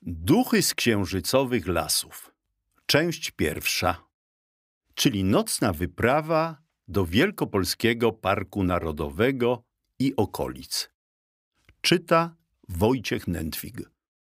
Duchy z księżycowych lasów. Część pierwsza, czyli nocna wyprawa do Wielkopolskiego Parku Narodowego i okolic. Czyta Wojciech Nętwig.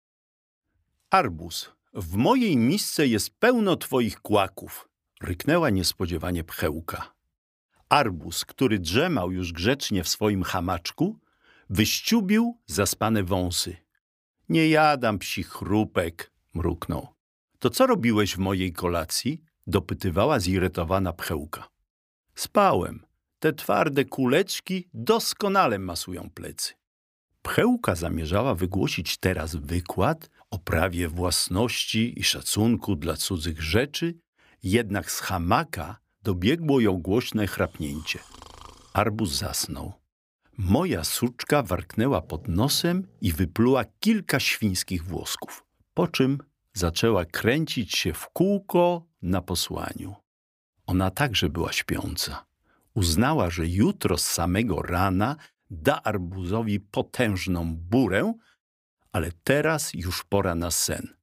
Arbus, w mojej misce jest pełno twoich kłaków, ryknęła niespodziewanie Pchełka. Arbus, który drzemał już grzecznie w swoim hamaczku, wyściubił zaspane wąsy. Nie jadam psich chrupek, mruknął. To co robiłeś w mojej kolacji? Dopytywała zirytowana Pchełka. Spałem. Te twarde kuleczki doskonale masują plecy. Pchełka zamierzała wygłosić teraz wykład o prawie własności i szacunku dla cudzych rzeczy, jednak z hamaka dobiegło ją głośne chrapnięcie. Arbus zasnął. Moja suczka warknęła pod nosem i wypluła kilka świńskich włosków, po czym zaczęła kręcić się w kółko na posłaniu. Ona także była śpiąca. Uznała, że jutro z samego rana da Arbuzowi potężną burę, ale teraz już pora na sen.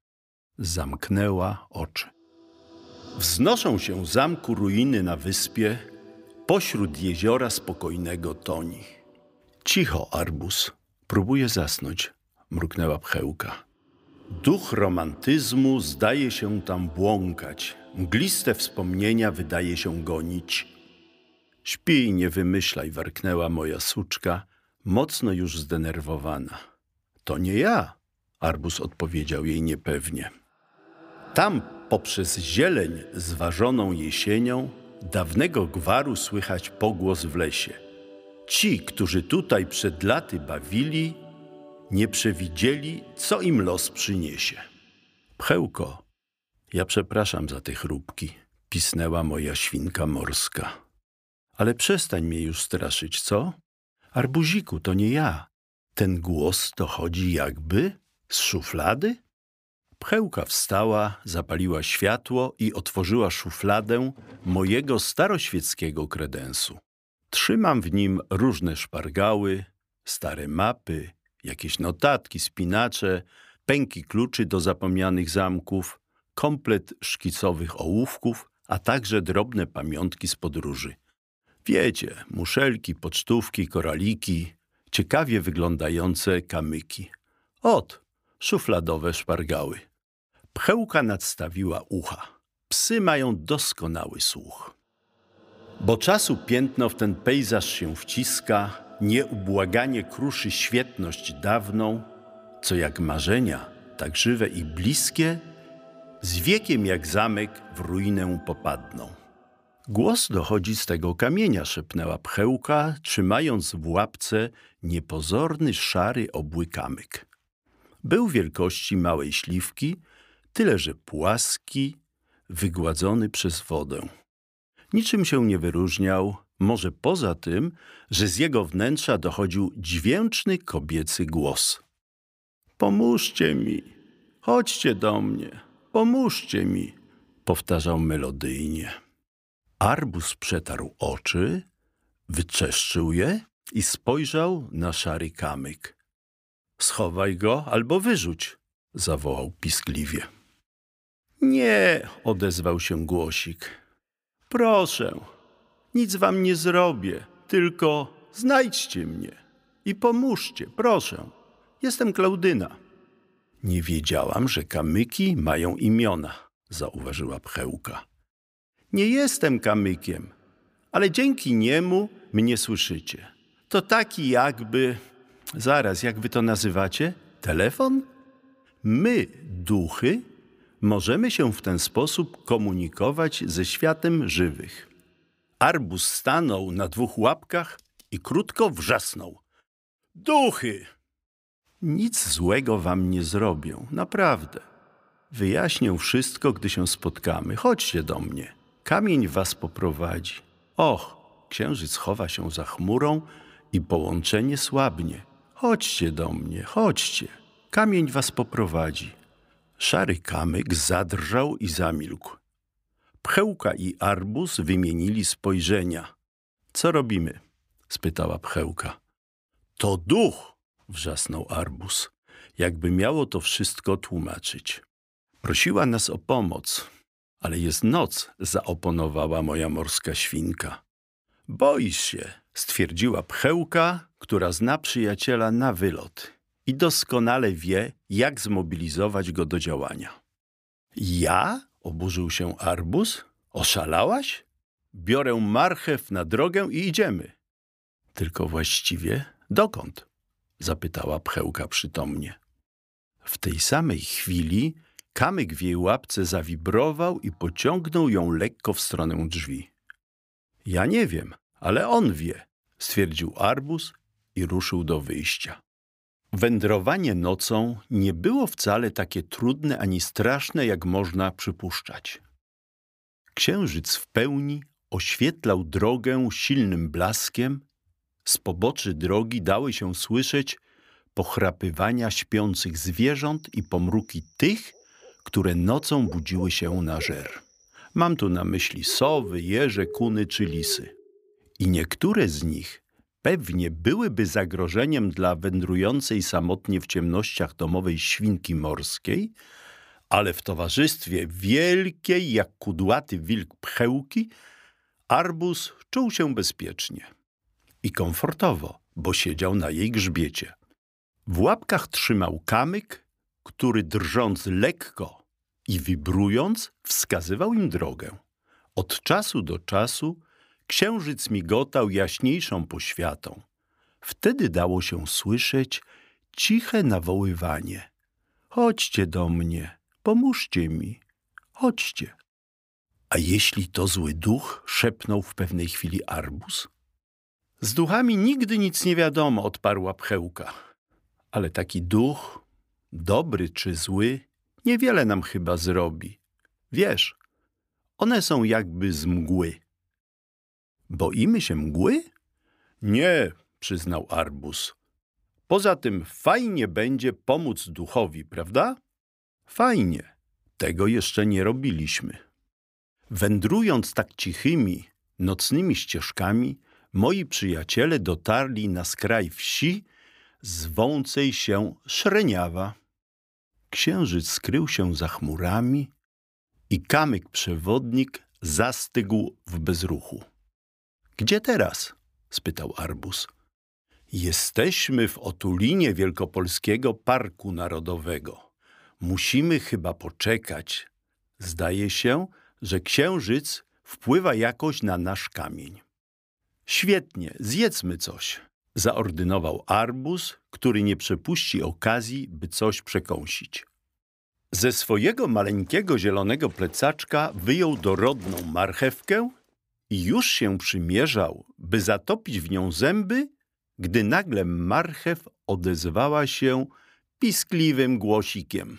Zamknęła oczy. Wznoszą się zamku ruiny na wyspie, pośród jeziora spokojnego toni. Cicho, Arbus, próbuję zasnąć, mruknęła Pchełka. Duch romantyzmu zdaje się tam błąkać, mgliste wspomnienia wydaje się gonić. Śpij, nie wymyślaj, warknęła moja suczka, mocno już zdenerwowana. To nie ja, Arbus odpowiedział jej niepewnie. Tam poprzez zieleń zważoną jesienią dawnego gwaru słychać pogłos w lesie. Ci, którzy tutaj przed laty bawili, nie przewidzieli, co im los przyniesie. Pchełko, ja przepraszam za te chrupki, pisnęła moja świnka morska. Ale przestań mnie już straszyć, co? Arbuziku, to nie ja. Ten głos dochodzi jakby z szuflady? Pchełka wstała, zapaliła światło i otworzyła szufladę mojego staroświeckiego kredensu. Trzymam w nim różne szpargały, stare mapy, jakieś notatki, spinacze, pęki kluczy do zapomnianych zamków, komplet szkicowych ołówków, a także drobne pamiątki z podróży. Wiecie, muszelki, pocztówki, koraliki, ciekawie wyglądające kamyki. Ot, szufladowe szpargały. Pchełka nadstawiła ucha. Psy mają doskonały słuch. Bo czasu piętno w ten pejzaż się wciska, nieubłaganie kruszy świetność dawną, co jak marzenia, tak żywe i bliskie, z wiekiem jak zamek w ruinę popadną. Głos dochodzi z tego kamienia, szepnęła Pchełka, trzymając w łapce niepozorny, szary, obły kamyk. Był wielkości małej śliwki, tyle że płaski, wygładzony przez wodę. Niczym się nie wyróżniał, może poza tym, że z jego wnętrza dochodził dźwięczny kobiecy głos. Pomóżcie mi, chodźcie do mnie, pomóżcie mi, powtarzał melodyjnie. Arbus przetarł oczy, wyczeszczył je i spojrzał na szary kamyk. Schowaj go albo wyrzuć, zawołał piskliwie. Nie, odezwał się głosik. Proszę, nic wam nie zrobię, tylko znajdźcie mnie i pomóżcie, proszę. Jestem Klaudyna. Nie wiedziałam, że kamyki mają imiona, zauważyła Pchełka. Nie jestem kamykiem, ale dzięki niemu mnie słyszycie. To taki jakby... Zaraz, jak wy to nazywacie? Telefon? My, duchy, możemy się w ten sposób komunikować ze światem żywych. Arbus stanął na dwóch łapkach i krótko wrzasnął. Duchy! Nic złego wam nie zrobię, naprawdę. Wyjaśnię wszystko, gdy się spotkamy. Chodźcie do mnie. Kamień was poprowadzi. Och, księżyc chowa się za chmurą i połączenie słabnie. Chodźcie do mnie, chodźcie. Kamień was poprowadzi. Szary kamyk zadrżał i zamilkł. Pchełka i Arbus wymienili spojrzenia. Co robimy? Spytała Pchełka. To duch, wrzasnął Arbus. jakby miało to wszystko tłumaczyć. Prosiła nas o pomoc, ale jest noc, zaoponowała moja morska świnka. Boisz się, stwierdziła Pchełka, która zna przyjaciela na wylot i doskonale wie, jak zmobilizować go do działania. Ja? Oburzył się Arbus. Oszalałaś? Biorę marchew na drogę i idziemy. Tylko właściwie dokąd? Zapytała Pchełka przytomnie. W tej samej chwili kamyk w jej łapce zawibrował i pociągnął ją lekko w stronę drzwi. Ja nie wiem, ale on wie, stwierdził Arbus i ruszył do wyjścia. Wędrowanie nocą nie było wcale takie trudne ani straszne, jak można przypuszczać. Księżyc w pełni oświetlał drogę silnym blaskiem, z poboczy drogi dały się słyszeć pochrapywania śpiących zwierząt i pomruki tych, które nocą budziły się na żer. Mam tu na myśli sowy, jeże, kuny czy lisy. I niektóre z nich pewnie byłyby zagrożeniem dla wędrującej samotnie w ciemnościach domowej świnki morskiej, ale w towarzystwie wielkiej jak kudłaty wilk Pchełki Arbus czuł się bezpiecznie i komfortowo, bo siedział na jej grzbiecie. W łapkach trzymał kamyk, który drżąc lekko i wibrując wskazywał im drogę. Od czasu do czasu księżyc migotał jaśniejszą poświatą. Wtedy dało się słyszeć ciche nawoływanie. Chodźcie do mnie, pomóżcie mi, chodźcie. A jeśli to zły duch? Szepnął w pewnej chwili Arbus. Z duchami nigdy nic nie wiadomo, odparła Pchełka. Ale taki duch, dobry czy zły, niewiele nam chyba zrobi. Wiesz, one są jakby z mgły. Boimy się mgły? Nie, przyznał Arbus. Poza tym fajnie będzie pomóc duchowi, prawda? Fajnie. Tego jeszcze nie robiliśmy. Wędrując tak cichymi, nocnymi ścieżkami, moi przyjaciele dotarli na skraj wsi zwącej się Szreniawa. Księżyc skrył się za chmurami i kamyk przewodnik zastygł w bezruchu. Gdzie teraz? Spytał Arbus. Jesteśmy w otulinie Wielkopolskiego Parku Narodowego. Musimy chyba poczekać. Zdaje się, że księżyc wpływa jakoś na nasz kamień. Świetnie, zjedzmy coś, zaordynował Arbus, który nie przepuści okazji, by coś przekąsić. Ze swojego maleńkiego zielonego plecaczka wyjął dorodną marchewkę i już się przymierzał, by zatopić w nią zęby, gdy nagle marchew odezwała się piskliwym głosikiem.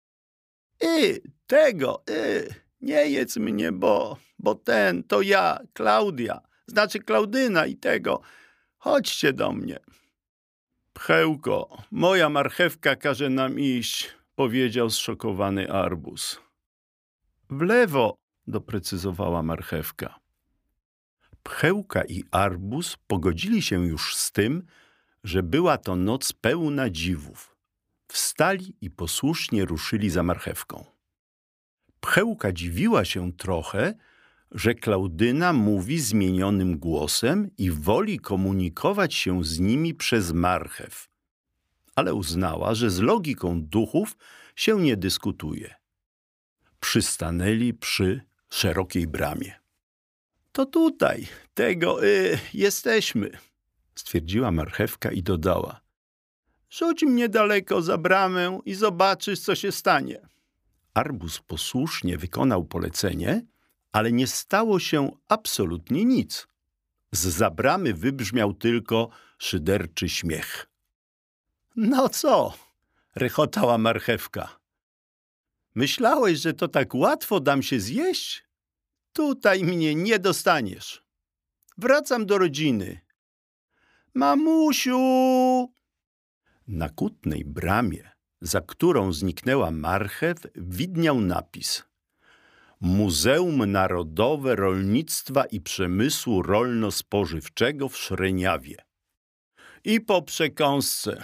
Nie jedz mnie, bo ten, to ja, Klaudia, znaczy Klaudyna i tego. Chodźcie do mnie. Pchełko, moja marchewka każe nam iść, powiedział zszokowany Arbus. W lewo, doprecyzowała marchewka. Pchełka i Arbus pogodzili się już z tym, że była to noc pełna dziwów. Wstali i posłusznie ruszyli za marchewką. Pchełka dziwiła się trochę, że Klaudyna mówi zmienionym głosem i woli komunikować się z nimi przez marchew. Ale uznała, że z logiką duchów się nie dyskutuje. Przystanęli przy szerokiej bramie. To tutaj, jesteśmy, stwierdziła marchewka i dodała. Rzuć mnie daleko za bramę i zobaczysz, co się stanie. Arbus posłusznie wykonał polecenie, ale nie stało się absolutnie nic. Zza bramy wybrzmiał tylko szyderczy śmiech. No co? Rechotała marchewka. Myślałeś, że to tak łatwo dam się zjeść? Tutaj mnie nie dostaniesz. Wracam do rodziny. Mamusiu! Na kutnej bramie, za którą zniknęła marchew, widniał napis: Muzeum Narodowe Rolnictwa i Przemysłu Rolno-Spożywczego w Szreniawie. I po przekąsce.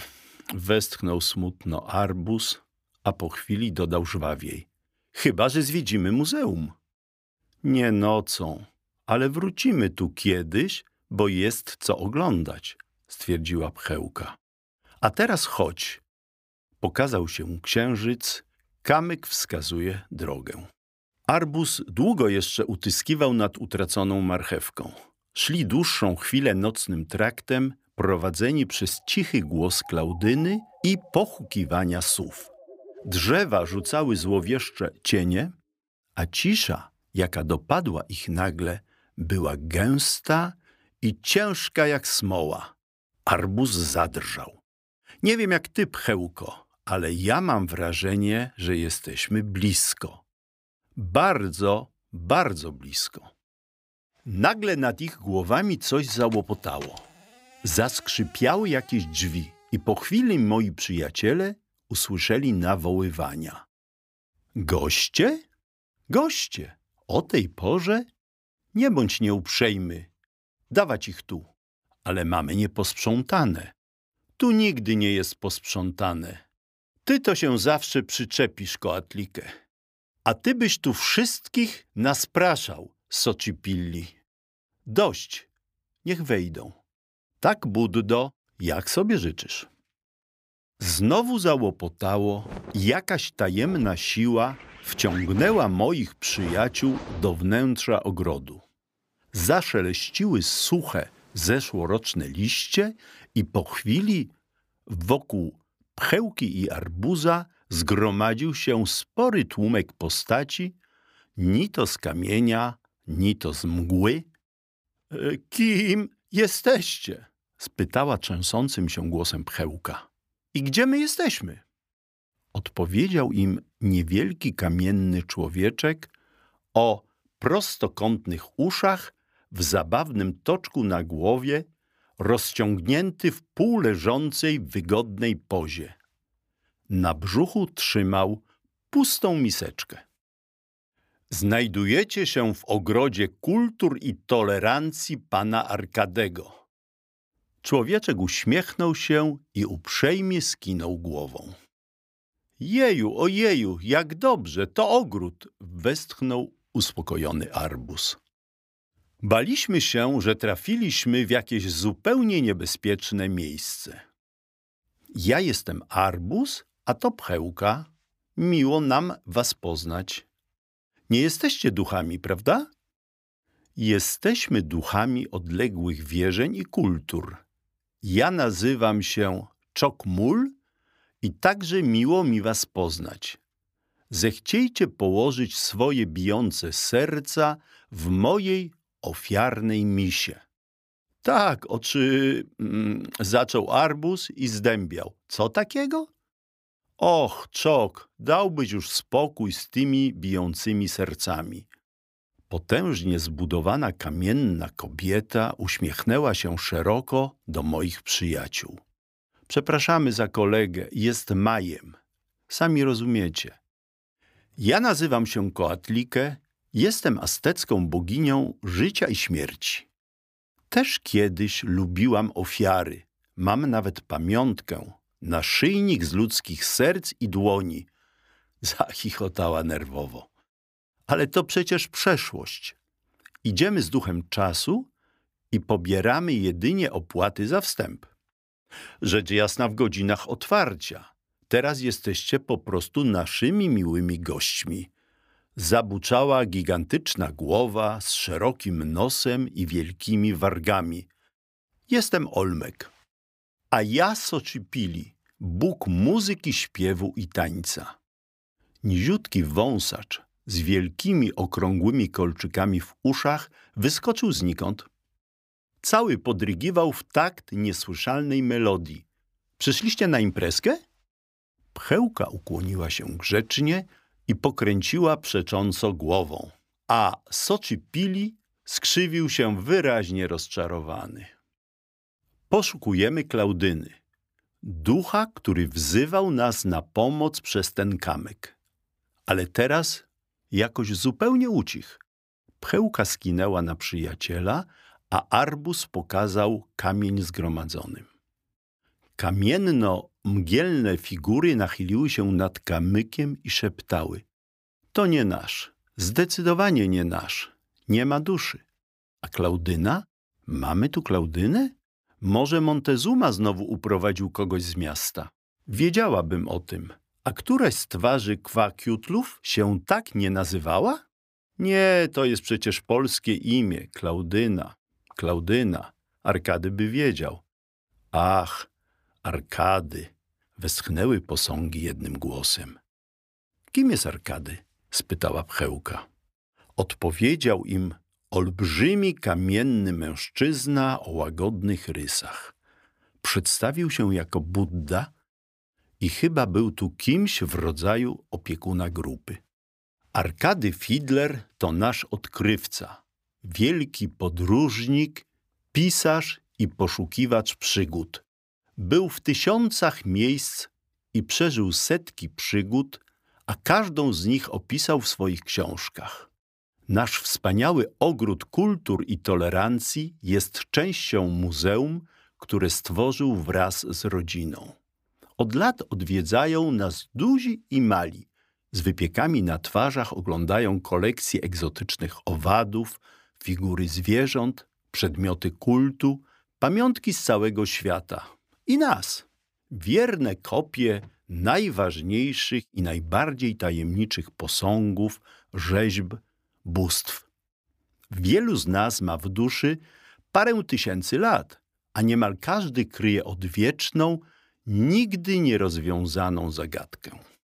Westchnął smutno Arbus, a po chwili dodał żwawiej. Chyba że zwiedzimy muzeum. Nie nocą, ale wrócimy tu kiedyś, bo jest co oglądać, stwierdziła Pchełka. A teraz chodź. Pokazał się księżyc, kamyk wskazuje drogę. Arbus długo jeszcze utyskiwał nad utraconą marchewką. Szli dłuższą chwilę nocnym traktem, prowadzeni przez cichy głos Klaudyny i pochukiwania sów. Drzewa rzucały złowieszcze cienie, a cisza, jaka dopadła ich nagle, była gęsta i ciężka jak smoła. Arbus zadrżał. Nie wiem jak ty, Pchełko, ale ja mam wrażenie, że jesteśmy blisko. Bardzo, bardzo blisko. Nagle nad ich głowami coś załopotało. Zaskrzypiały jakieś drzwi i po chwili moi przyjaciele usłyszeli nawoływania. Goście? Goście! O tej porze? Nie bądź nieuprzejmy. Dawać ich tu. Ale mamy nieposprzątane. Tu nigdy nie jest posprzątane. Ty to się zawsze przyczepisz, Koatlikę. A ty byś tu wszystkich naspraszał, Socipilli. Dość, niech wejdą. Tak, Buddo, jak sobie życzysz. Znowu załopotało i jakaś tajemna siła wciągnęła moich przyjaciół do wnętrza ogrodu. Zaszeleściły suche, zeszłoroczne liście i po chwili wokół Pchełki i Arbuza zgromadził się spory tłumek postaci, ni to z kamienia, ni to z mgły. Kim jesteście? Spytała trzęsącym się głosem Pchełka. I gdzie my jesteśmy? Odpowiedział im niewielki kamienny człowieczek o prostokątnych uszach, w zabawnym toczku na głowie, rozciągnięty w półleżącej, wygodnej pozie. Na brzuchu trzymał pustą miseczkę. Znajdujecie się w ogrodzie kultur i tolerancji pana Arkadego. Człowieczek uśmiechnął się i uprzejmie skinął głową. Jeju, ojeju, jak dobrze, to ogród, westchnął uspokojony Arbus. Baliśmy się, że trafiliśmy w jakieś zupełnie niebezpieczne miejsce. Ja jestem Arbus, a to Pchełka. Miło nam was poznać. Nie jesteście duchami, prawda? Jesteśmy duchami odległych wierzeń i kultur. Ja nazywam się Czokmul i także miło mi was poznać. Zechciejcie położyć swoje bijące serca w mojej ofiarnej misie. Tak, zaczął Arbus i zdębiał. Co takiego? Och, Czok, dałbyś już spokój z tymi bijącymi sercami. Potężnie zbudowana kamienna kobieta uśmiechnęła się szeroko do moich przyjaciół. Przepraszamy za kolegę, jest Majem. Sami rozumiecie. Ja nazywam się Koatlikę, jestem aztecką boginią życia i śmierci. Też kiedyś lubiłam ofiary. Mam nawet pamiątkę, naszyjnik z ludzkich serc i dłoni. Zachichotała nerwowo. Ale to przecież przeszłość. Idziemy z duchem czasu i pobieramy jedynie opłaty za wstęp. Rzecz jasna w godzinach otwarcia. Teraz jesteście po prostu naszymi miłymi gośćmi. Zabuczała gigantyczna głowa z szerokim nosem i wielkimi wargami. Jestem Olmek. A ja Socipilli, bóg muzyki, śpiewu i tańca. Niziutki wąsacz z wielkimi okrągłymi kolczykami w uszach wyskoczył znikąd. Cały podrygiwał w takt niesłyszalnej melodii. Przyszliście na imprezkę? Pchełka ukłoniła się grzecznie i pokręciła przecząco głową, a Socipilli skrzywił się wyraźnie rozczarowany. Poszukujemy Klaudyny, ducha, który wzywał nas na pomoc przez ten kamyk. Ale teraz jakoś zupełnie ucichł. Pchełka skinęła na przyjaciela, a Arbus pokazał kamień zgromadzonym. Kamienno-mgielne figury nachyliły się nad kamykiem i szeptały. To nie nasz, zdecydowanie nie nasz, nie ma duszy. A Klaudyna? Mamy tu Klaudynę? Może Montezuma znowu uprowadził kogoś z miasta. Wiedziałabym o tym. A któraś z twarzy kwakiutlów się tak nie nazywała? Nie, to jest przecież polskie imię, Klaudyna. Klaudyna. Arkady by wiedział. Ach, Arkady. Westchnęły posągi jednym głosem. Kim jest Arkady? Spytała Pchełka. Odpowiedział im olbrzymi kamienny mężczyzna o łagodnych rysach. Przedstawił się jako Budda i chyba był tu kimś w rodzaju opiekuna grupy. Arkady Fidler to nasz odkrywca, wielki podróżnik, pisarz i poszukiwacz przygód. Był w tysiącach miejsc i przeżył setki przygód, a każdą z nich opisał w swoich książkach. Nasz wspaniały ogród kultur i tolerancji jest częścią muzeum, które stworzył wraz z rodziną. Od lat odwiedzają nas duzi i mali. Z wypiekami na twarzach oglądają kolekcje egzotycznych owadów, figury zwierząt, przedmioty kultu, pamiątki z całego świata. I nas. Wierne kopie najważniejszych i najbardziej tajemniczych posągów, rzeźb, bóstw. Wielu z nas ma w duszy parę tysięcy lat, a niemal każdy kryje odwieczną, nigdy nierozwiązaną zagadkę.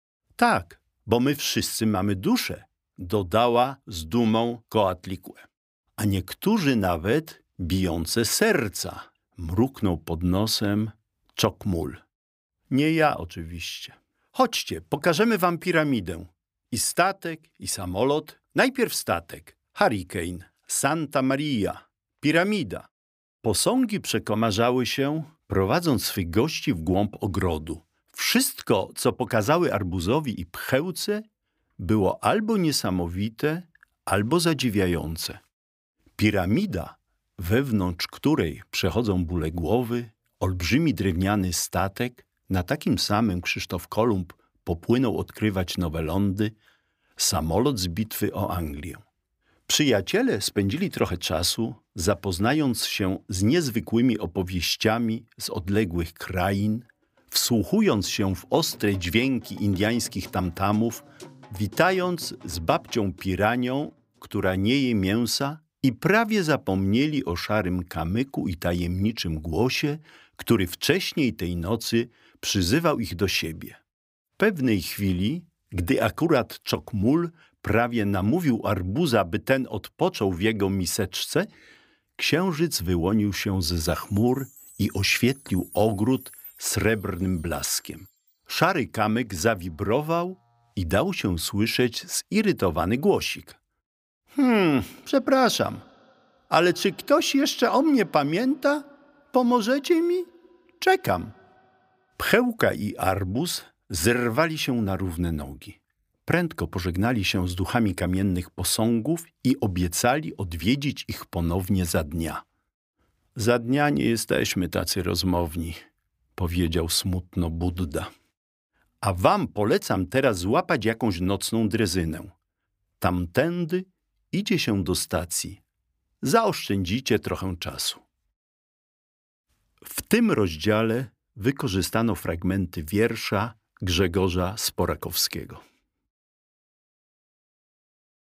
Tak, bo my wszyscy mamy duszę, dodała z dumą Coatlicue. A niektórzy nawet bijące serca, mruknął pod nosem Czokmul. Nie ja oczywiście. Chodźcie, pokażemy wam piramidę. I statek, i samolot. Najpierw statek, Hurricane, Santa Maria, piramida. Posągi przekomarzały się, prowadząc swych gości w głąb ogrodu. Wszystko, co pokazały Arbuzowi i Pchełce, było albo niesamowite, albo zadziwiające. Piramida, wewnątrz której przechodzą bóle głowy, olbrzymi drewniany statek, na takim samym Krzysztof Kolumb popłynął odkrywać nowe lądy, samolot z bitwy o Anglię. Przyjaciele spędzili trochę czasu, zapoznając się z niezwykłymi opowieściami z odległych krain, wsłuchując się w ostre dźwięki indyjskich tamtamów, witając z babcią piranią, która nie je mięsa, i prawie zapomnieli o szarym kamyku i tajemniczym głosie, który wcześniej tej nocy przyzywał ich do siebie. W pewnej chwili, gdy akurat Czokmul prawie namówił Arbuza, by ten odpoczął w jego miseczce, księżyc wyłonił się zza chmur i oświetlił ogród srebrnym blaskiem. Szary kamyk zawibrował i dał się słyszeć zirytowany głosik. Przepraszam, ale czy ktoś jeszcze o mnie pamięta? Pomożecie mi? Czekam. Pchełka i Arbuz zerwali się na równe nogi. Prędko pożegnali się z duchami kamiennych posągów i obiecali odwiedzić ich ponownie za dnia. Za dnia nie jesteśmy tacy rozmowni, powiedział smutno Budda. A wam polecam teraz złapać jakąś nocną drezynę. Tamtędy idzie się do stacji. Zaoszczędzicie trochę czasu. W tym rozdziale wykorzystano fragmenty wiersza Grzegorza Sporakowskiego.